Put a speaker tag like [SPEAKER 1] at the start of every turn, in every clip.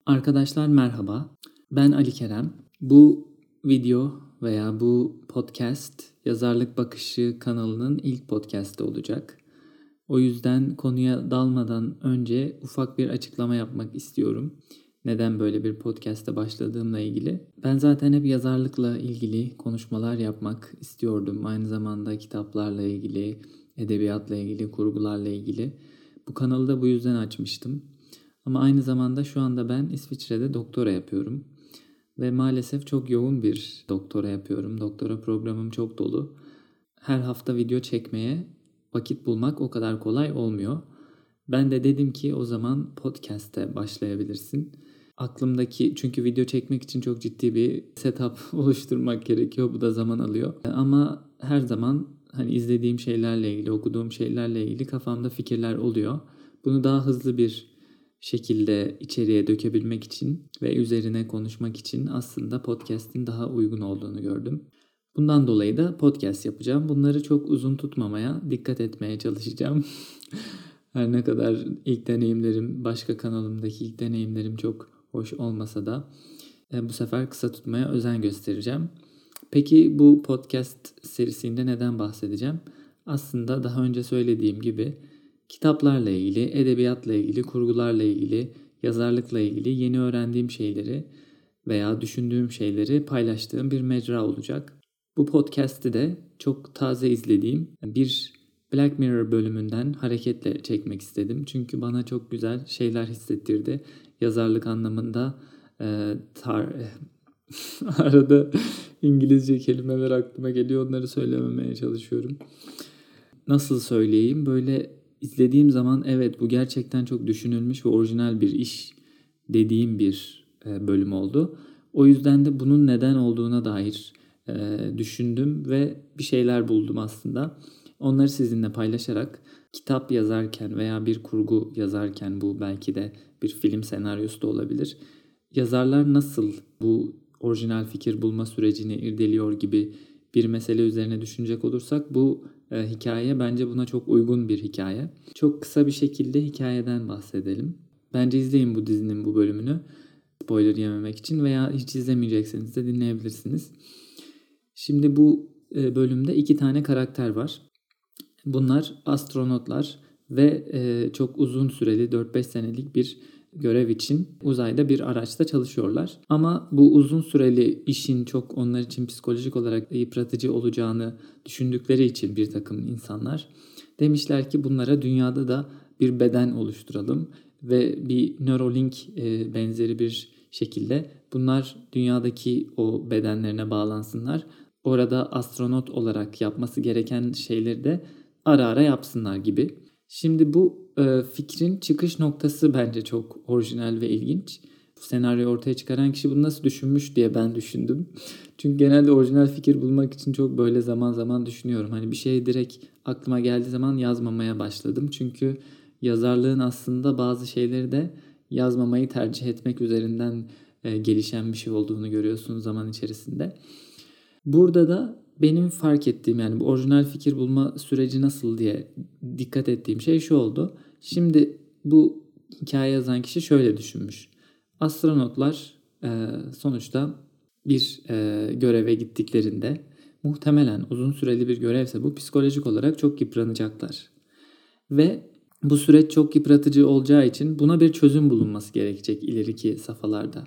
[SPEAKER 1] Arkadaşlar merhaba. Ben Ali Kerem. Bu video veya bu podcast Yazarlık Bakışı kanalının ilk podcast'ı olacak. O yüzden konuya dalmadan önce ufak bir açıklama yapmak istiyorum. Neden böyle bir podcast'e başladığımla ilgili. Ben zaten hep yazarlıkla ilgili konuşmalar yapmak istiyordum. Aynı zamanda kitaplarla ilgili, edebiyatla ilgili, kurgularla ilgili. Bu kanalı da bu yüzden açmıştım. Ama aynı zamanda şu anda ben İsviçre'de doktora yapıyorum. Ve maalesef çok yoğun bir doktora yapıyorum. Doktora programım çok dolu. Her hafta video çekmeye vakit bulmak o kadar kolay olmuyor. Ben de dedim ki o zaman podcast'e başlayabilirsin. Aklımdaki, çünkü video çekmek için çok ciddi bir setup oluşturmak gerekiyor. Bu da zaman alıyor. Ama her zaman hani izlediğim şeylerle ilgili, okuduğum şeylerle ilgili kafamda fikirler oluyor. Bunu daha hızlı bir şekilde içeriye dökebilmek için ve üzerine konuşmak için aslında podcast'in daha uygun olduğunu gördüm. Bundan dolayı da podcast yapacağım. Bunları çok uzun tutmamaya, dikkat etmeye çalışacağım. Her ne kadar ilk deneyimlerim, başka kanalımdaki ilk deneyimlerim çok hoş olmasa da bu sefer kısa tutmaya özen göstereceğim. Peki bu podcast serisinde neden bahsedeceğim? Aslında daha önce söylediğim gibi kitaplarla ilgili, edebiyatla ilgili, kurgularla ilgili, yazarlıkla ilgili yeni öğrendiğim şeyleri veya düşündüğüm şeyleri paylaştığım bir mecra olacak. Bu podcast'i de çok taze izlediğim bir Black Mirror bölümünden hareketle çekmek istedim. Çünkü bana çok güzel şeyler hissettirdi. Yazarlık anlamında arada İngilizce kelimeler aklıma geliyor. Onları söylememeye çalışıyorum. Nasıl söyleyeyim? Böyle izlediğim zaman evet bu gerçekten çok düşünülmüş ve orijinal bir iş dediğim bir bölüm oldu. O yüzden de bunun neden olduğuna dair düşündüm ve bir şeyler buldum aslında. Onları sizinle paylaşarak kitap yazarken veya bir kurgu yazarken, bu belki de bir film senaryosu da olabilir, yazarlar nasıl bu orijinal fikir bulma sürecini irdeliyor gibi bir mesele üzerine düşünecek olursak bu hikaye bence buna çok uygun bir hikaye. Çok kısa bir şekilde hikayeden bahsedelim. Bence izleyin bu dizinin bu bölümünü, spoiler yememek için, veya hiç izlemeyecekseniz de dinleyebilirsiniz. Şimdi bu bölümde 2 tane karakter var. Bunlar astronotlar ve çok uzun süreli 4-5 senelik bir görev için uzayda bir araçta çalışıyorlar. Ama bu uzun süreli işin çok onlar için psikolojik olarak yıpratıcı olacağını düşündükleri için bir takım insanlar demişler ki bunlara dünyada da bir beden oluşturalım ve bir Neuralink benzeri bir şekilde bunlar dünyadaki o bedenlerine bağlansınlar. Orada astronot olarak yapması gereken şeyleri de ara ara yapsınlar gibi. Şimdi bu fikrin çıkış noktası bence çok orijinal ve ilginç. Bu senaryoyu ortaya çıkaran kişi bunu nasıl düşünmüş diye ben düşündüm. Çünkü genelde orijinal fikir bulmak için çok böyle zaman zaman düşünüyorum. Hani bir şey direkt aklıma geldiği zaman yazmamaya başladım. Çünkü yazarlığın aslında bazı şeyleri de yazmamayı tercih etmek üzerinden gelişen bir şey olduğunu görüyorsunuz zaman içerisinde. Burada da benim fark ettiğim, yani bu orijinal fikir bulma süreci nasıl diye dikkat ettiğim şey şu oldu. Şimdi bu hikaye yazan kişi şöyle düşünmüş. Astronotlar sonuçta bir göreve gittiklerinde, muhtemelen uzun süreli bir görevse bu, psikolojik olarak çok yıpranacaklar. Ve bu süreç çok yıpratıcı olacağı için buna bir çözüm bulunması gerekecek ileriki safhalarda.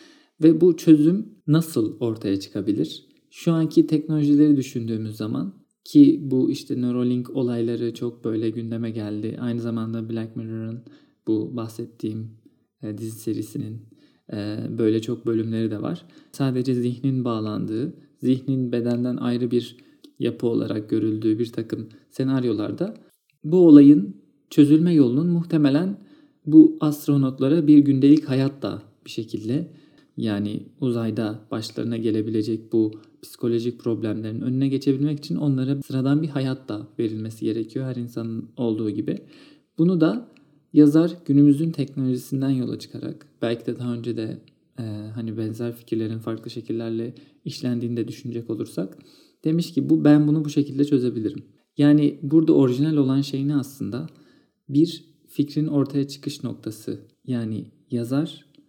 [SPEAKER 1] Ve bu çözüm nasıl ortaya çıkabilir? Şu anki teknolojileri düşündüğümüz zaman, ki bu işte Neuralink olayları çok böyle gündeme geldi. Aynı zamanda Black Mirror'ın bu bahsettiğim dizi serisinin böyle çok bölümleri de var. Sadece zihnin bağlandığı, zihnin bedenden ayrı bir yapı olarak görüldüğü bir takım senaryolarda bu olayın çözülme yolunun muhtemelen bu astronotlara bir gündelik hayatla bir şekilde, yani uzayda başlarına gelebilecek bu psikolojik problemlerin önüne geçebilmek için onlara sıradan bir hayat da verilmesi gerekiyor, her insanın olduğu gibi. Bunu da yazar günümüzün teknolojisinden yola çıkarak, belki de daha önce de hani benzer fikirlerin farklı şekillerle işlendiğini de düşünecek olursak, demiş ki ben bunu bu şekilde çözebilirim. Yani burada orijinal olan şey ne aslında? Bir fikrin ortaya çıkış noktası. Yani yazar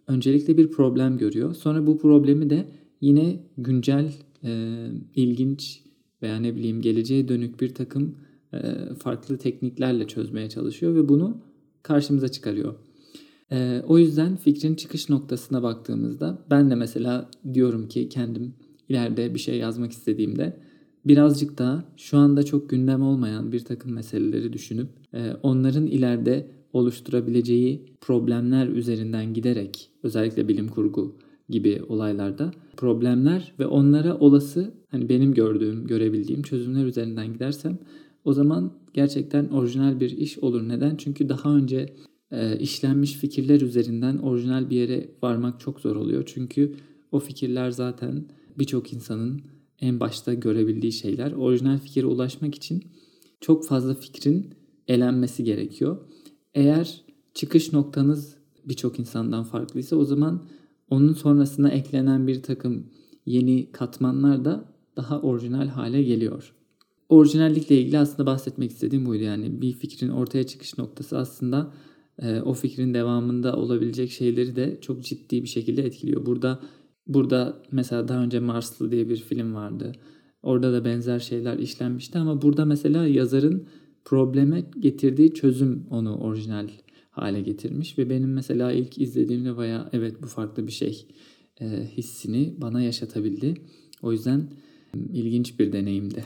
[SPEAKER 1] öncelikle bir problem görüyor. Sonra bu problemi de yine güncel, ilginç veya ne bileyim geleceğe dönük bir takım farklı tekniklerle çözmeye çalışıyor ve bunu karşımıza çıkarıyor. O yüzden fikrin çıkış noktasına baktığımızda ben de mesela diyorum ki kendim ileride bir şey yazmak istediğimde birazcık daha şu anda çok gündem olmayan bir takım meseleleri düşünüp onların ileride oluşturabileceği problemler üzerinden giderek, özellikle bilim kurgu gibi olaylarda problemler ve onlara olası, hani benim görebildiğim çözümler üzerinden gidersem o zaman gerçekten orijinal bir iş olur. Neden? Çünkü daha önce işlenmiş fikirler üzerinden orijinal bir yere varmak çok zor oluyor. Çünkü o fikirler zaten birçok insanın en başta görebildiği şeyler. Orijinal fikire ulaşmak için çok fazla fikrin elenmesi gerekiyor. Eğer çıkış noktanız birçok insandan farklıysa o zaman onun sonrasına eklenen bir takım yeni katmanlar da daha orijinal hale geliyor. Orijinallikle ilgili aslında bahsetmek istediğim buydu. Yani bir fikrin ortaya çıkış noktası aslında o fikrin devamında olabilecek şeyleri de çok ciddi bir şekilde etkiliyor. Burada mesela daha önce Marslı diye bir film vardı. Orada da benzer şeyler işlenmişti ama burada mesela yazarın probleme getirdiği çözüm onu orijinal hale getirmiş ve benim mesela ilk izlediğimde bayağı evet bu farklı bir şey hissini bana yaşatabildi. O yüzden ilginç bir deneyimdi.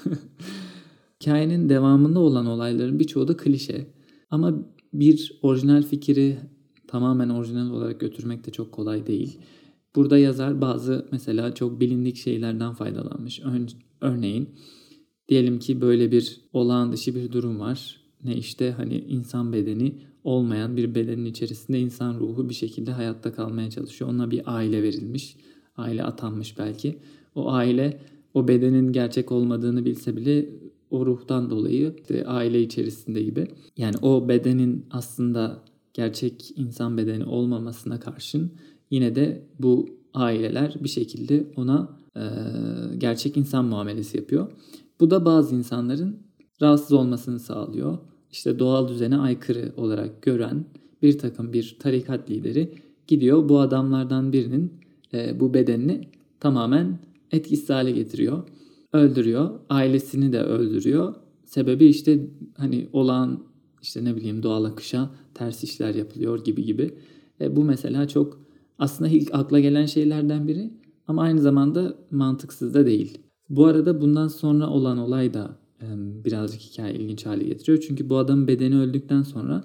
[SPEAKER 1] Hikayenin devamında olan olayların birçoğu da klişe. Ama bir orijinal fikri tamamen orijinal olarak götürmek de çok kolay değil. Burada yazar bazı mesela çok bilindik şeylerden faydalanmış. Örneğin diyelim ki böyle bir olağan dışı bir durum var. Ne işte hani insan bedeni olmayan bir bedenin içerisinde insan ruhu bir şekilde hayatta kalmaya çalışıyor. Ona bir aile verilmiş. Aile atanmış belki. O aile o bedenin gerçek olmadığını bilse bile o ruhtan dolayı işte aile içerisinde gibi. Yani o bedenin aslında gerçek insan bedeni olmamasına karşın yine de bu aileler bir şekilde ona gerçek insan muamelesi yapıyor. Bu da bazı insanların rahatsız olmasını sağlıyor. İşte doğal düzene aykırı olarak gören bir tarikat lideri gidiyor bu adamlardan birinin bu bedenini tamamen etkisiz hale getiriyor. Öldürüyor. Ailesini de öldürüyor. Sebebi işte hani olağan işte ne bileyim doğal akışa ters işler yapılıyor gibi. Bu mesela çok aslında ilk akla gelen şeylerden biri ama aynı zamanda mantıksız da değil. Bu arada bundan sonra olan olay da birazcık hikaye ilginç hale getiriyor. Çünkü bu adamın bedeni öldükten sonra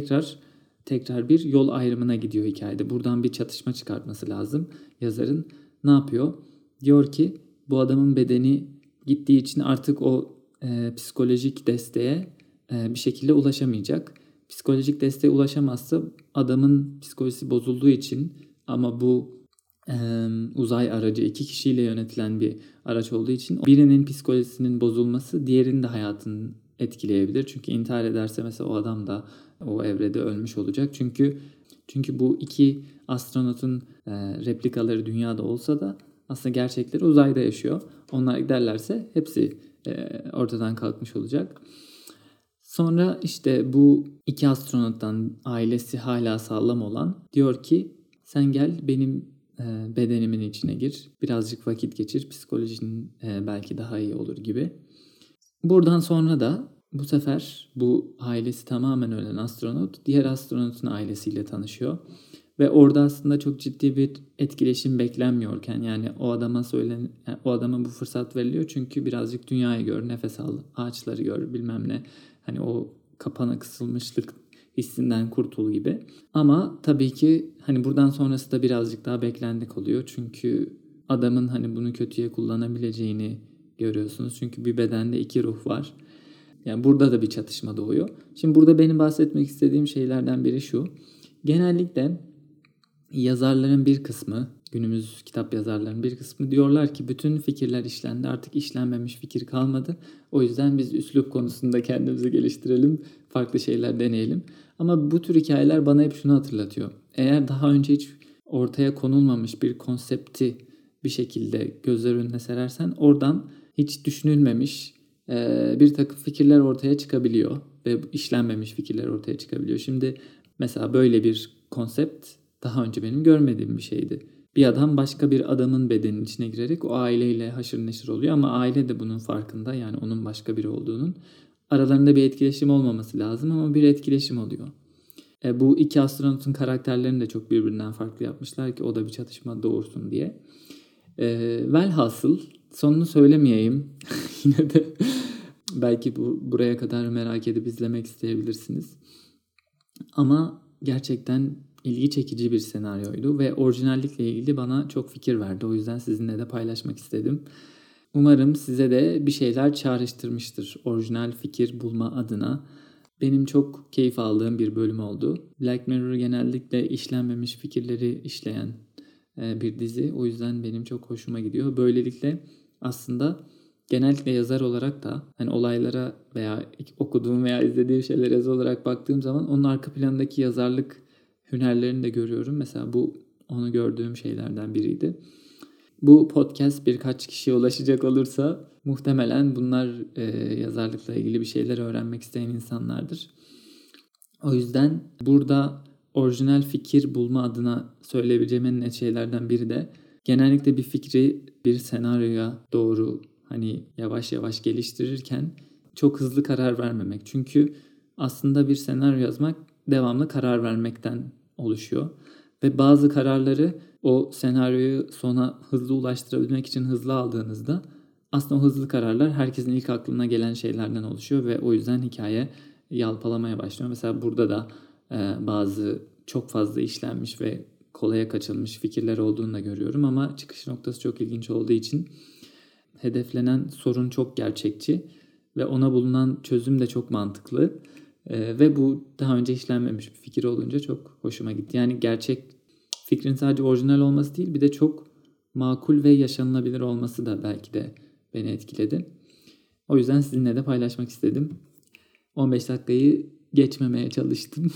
[SPEAKER 1] tekrar bir yol ayrımına gidiyor hikayede. Buradan bir çatışma çıkartması lazım yazarın. Ne yapıyor? Diyor ki bu adamın bedeni gittiği için artık o psikolojik desteğe bir şekilde ulaşamayacak. Psikolojik desteğe ulaşamazsa adamın psikolojisi bozulduğu için ama bu uzay aracı 2 kişiyle yönetilen bir araç olduğu için birinin psikolojisinin bozulması diğerinin de hayatını etkileyebilir. Çünkü intihar ederse mesela o adam da o evrede ölmüş olacak. Çünkü bu iki astronotun replikaları dünyada olsa da aslında gerçekleri uzayda yaşıyor. Onlar giderlerse hepsi ortadan kalkmış olacak. Sonra işte bu iki astronottan ailesi hala sağlam olan diyor ki sen gel benim bedenimin içine gir. Birazcık vakit geçir. Psikolojinin belki daha iyi olur gibi. Buradan sonra da bu sefer bu ailesi tamamen ölen astronot diğer astronotun ailesiyle tanışıyor. Ve orada aslında çok ciddi bir etkileşim beklenmiyorken yani o adama bu fırsat veriliyor çünkü birazcık dünyayı gör, nefes al, ağaçları gör, bilmem ne. Hani o kapana kısılmışlık hissinden kurtul gibi. Ama tabii ki hani buradan sonrası da birazcık daha beklendik oluyor. Çünkü adamın hani bunu kötüye kullanabileceğini görüyorsunuz. Çünkü bir bedende 2 ruh var. Yani burada da bir çatışma doğuyor. Şimdi burada benim bahsetmek istediğim şeylerden biri şu. Genellikle yazarların bir kısmı, günümüz kitap yazarlarının bir kısmı diyorlar ki bütün fikirler işlendi. Artık işlenmemiş fikir kalmadı. O yüzden biz üslup konusunda kendimizi geliştirelim. Farklı şeyler deneyelim. Ama bu tür hikayeler bana hep şunu hatırlatıyor. Eğer daha önce hiç ortaya konulmamış bir konsepti bir şekilde gözler önüne serersen oradan hiç düşünülmemiş bir takım fikirler ortaya çıkabiliyor. Ve işlenmemiş fikirler ortaya çıkabiliyor. Şimdi mesela böyle bir konsept daha önce benim görmediğim bir şeydi. Bir adam başka bir adamın bedeninin içine girerek o aileyle haşır neşir oluyor ama aile de bunun farkında, yani onun başka biri olduğunun. Aralarında bir etkileşim olmaması lazım ama bir etkileşim oluyor. Bu iki astronotun karakterlerini de çok birbirinden farklı yapmışlar ki o da bir çatışma doğursun diye. Velhasıl sonunu söylemeyeyim. Yine de belki buraya kadar merak edip izlemek isteyebilirsiniz. Ama gerçekten ilgi çekici bir senaryoydu ve orijinallikle ilgili bana çok fikir verdi. O yüzden sizinle de paylaşmak istedim. Umarım size de bir şeyler çağrıştırmıştır orijinal fikir bulma adına. Benim çok keyif aldığım bir bölüm oldu. Black Mirror genellikle işlenmemiş fikirleri işleyen bir dizi. O yüzden benim çok hoşuma gidiyor. Böylelikle aslında genellikle yazar olarak da hani olaylara veya okuduğum veya izlediğim şeylere yazı olarak baktığım zaman onun arka planındaki yazarlık hünerlerini de görüyorum. Mesela bu onu gördüğüm şeylerden biriydi. Bu podcast birkaç kişiye ulaşacak olursa muhtemelen bunlar yazarlıkla ilgili bir şeyler öğrenmek isteyen insanlardır. O yüzden burada orijinal fikir bulma adına söyleyebileceğim en net şeylerden biri de genellikle bir fikri bir senaryoya doğru hani yavaş yavaş geliştirirken çok hızlı karar vermemek. Çünkü aslında bir senaryo yazmak devamlı karar vermekten oluşuyor. Ve bazı kararları o senaryoyu sona hızlı ulaştırabilmek için hızlı aldığınızda aslında o hızlı kararlar herkesin ilk aklına gelen şeylerden oluşuyor ve o yüzden hikaye yalpalamaya başlıyor. Mesela burada da bazı çok fazla işlenmiş ve kolaya kaçılmış fikirler olduğunu da görüyorum ama çıkış noktası çok ilginç olduğu için hedeflenen sorun çok gerçekçi ve ona bulunan çözüm de çok mantıklı. Ve bu daha önce işlenmemiş bir fikir olunca çok hoşuma gitti. Yani gerçek fikrin sadece orijinal olması değil, bir de çok makul ve yaşanılabilir olması da belki de beni etkiledi. O yüzden sizinle de paylaşmak istedim. 15 dakikayı geçmemeye çalıştım.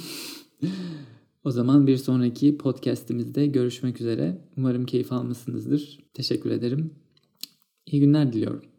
[SPEAKER 1] O zaman bir sonraki podcast'imizde görüşmek üzere. Umarım keyif almışsınızdır. Teşekkür ederim. İyi günler diliyorum.